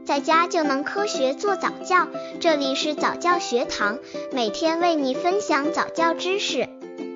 在家就能科学做早教。这里是早教学堂，每天为你分享早教知识。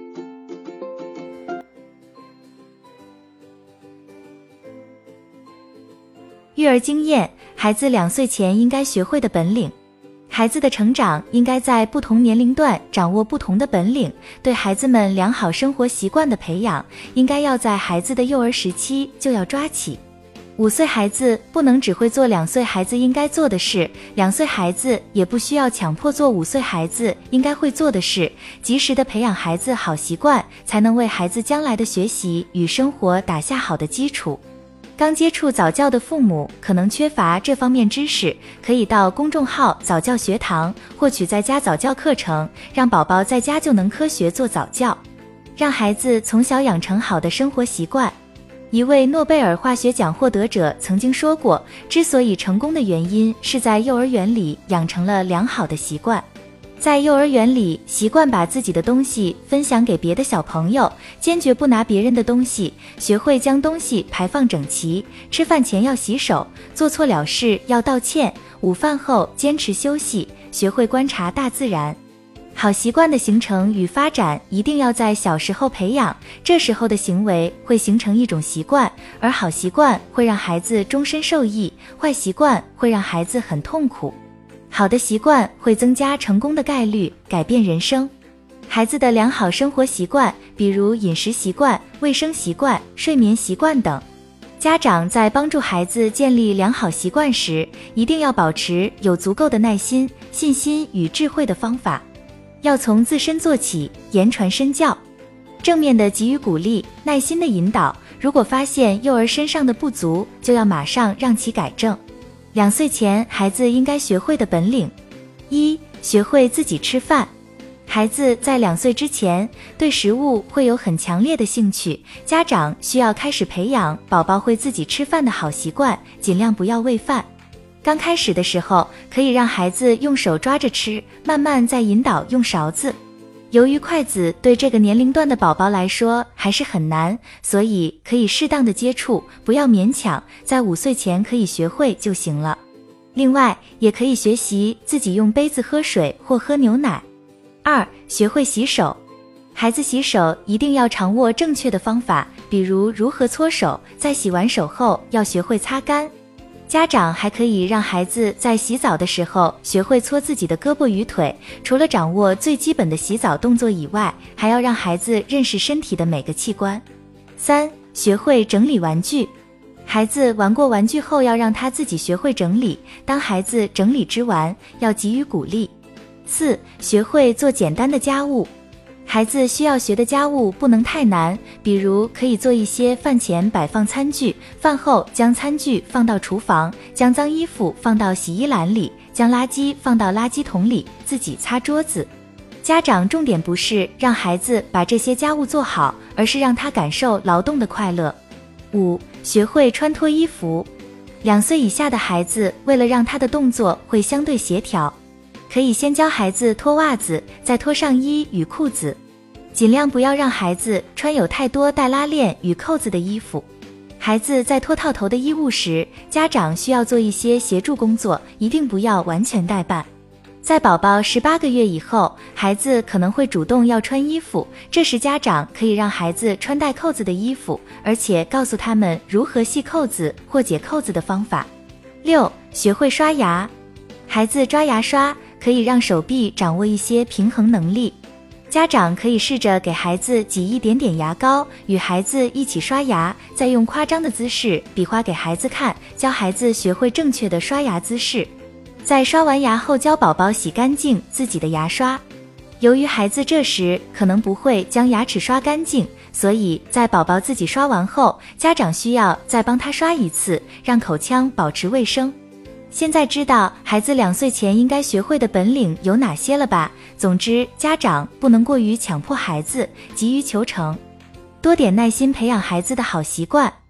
育儿经验，孩子2岁前应该学会的本领。孩子的成长应该在不同年龄段掌握不同的本领，对孩子们良好生活习惯的培养，应该要在孩子的幼儿时期就要抓起。5岁孩子不能只会做2岁孩子应该做的事，2岁孩子也不需要强迫做5岁孩子应该会做的事，及时的培养孩子好习惯，才能为孩子将来的学习与生活打下好的基础。刚接触早教的父母可能缺乏这方面知识，可以到公众号早教学堂获取在家早教课程，让宝宝在家就能科学做早教，让孩子从小养成好的生活习惯。一位诺贝尔化学奖获得者曾经说过，之所以成功的原因是在幼儿园里养成了良好的习惯。在幼儿园里，习惯把自己的东西分享给别的小朋友，坚决不拿别人的东西，学会将东西排放整齐，吃饭前要洗手，做错了事要道歉，午饭后坚持休息，学会观察大自然。好习惯的形成与发展一定要在小时候培养，这时候的行为会形成一种习惯，而好习惯会让孩子终身受益，坏习惯会让孩子很痛苦。好的习惯会增加成功的概率，改变人生。孩子的良好生活习惯，比如饮食习惯、卫生习惯、睡眠习惯等。家长在帮助孩子建立良好习惯时，一定要保持有足够的耐心、信心与智慧的方法。要从自身做起，言传身教。正面的给予鼓励，耐心的引导，如果发现幼儿身上的不足，就要马上让其改正。2岁前孩子应该学会的本领。1. 学会自己吃饭。孩子在2岁之前对食物会有很强烈的兴趣，家长需要开始培养宝宝会自己吃饭的好习惯，尽量不要喂饭。刚开始的时候，可以让孩子用手抓着吃，慢慢再引导用勺子。由于筷子对这个年龄段的宝宝来说还是很难，所以可以适当的接触，不要勉强，在5岁前可以学会就行了。另外，也可以学习自己用杯子喝水或喝牛奶。2. 学会洗手。孩子洗手一定要掌握正确的方法，比如如何搓手，在洗完手后要学会擦干。家长还可以让孩子在洗澡的时候学会搓自己的胳膊与腿，除了掌握最基本的洗澡动作以外，还要让孩子认识身体的每个器官。3. 学会整理玩具。孩子玩过玩具后要让他自己学会整理，当孩子整理之完，要给予鼓励。4. 学会做简单的家务。孩子需要学的家务不能太难，比如可以做一些饭前摆放餐具，饭后将餐具放到厨房，将脏衣服放到洗衣篮里，将垃圾放到垃圾桶里，自己擦桌子。家长重点不是让孩子把这些家务做好，而是让他感受劳动的快乐。5. 学会穿脱衣服。2岁以下的孩子，为了让他的动作会相对协调，可以先教孩子脱袜子，再脱上衣与裤子，尽量不要让孩子穿有太多带拉链与扣子的衣服。孩子在脱套头的衣物时，家长需要做一些协助工作，一定不要完全代办。在宝宝18个月以后，孩子可能会主动要穿衣服，这时家长可以让孩子穿带扣子的衣服，而且告诉他们如何系扣子或解扣子的方法。6. 学会刷牙。孩子抓牙刷可以让手臂掌握一些平衡能力，家长可以试着给孩子挤一点点牙膏，与孩子一起刷牙，再用夸张的姿势比划给孩子看，教孩子学会正确的刷牙姿势。在刷完牙后，教宝宝洗干净自己的牙刷。由于孩子这时可能不会将牙齿刷干净，所以在宝宝自己刷完后，家长需要再帮他刷一次，让口腔保持卫生。现在知道孩子2岁前应该学会的本领有哪些了吧？总之，家长不能过于强迫孩子，急于求成，多点耐心培养孩子的好习惯。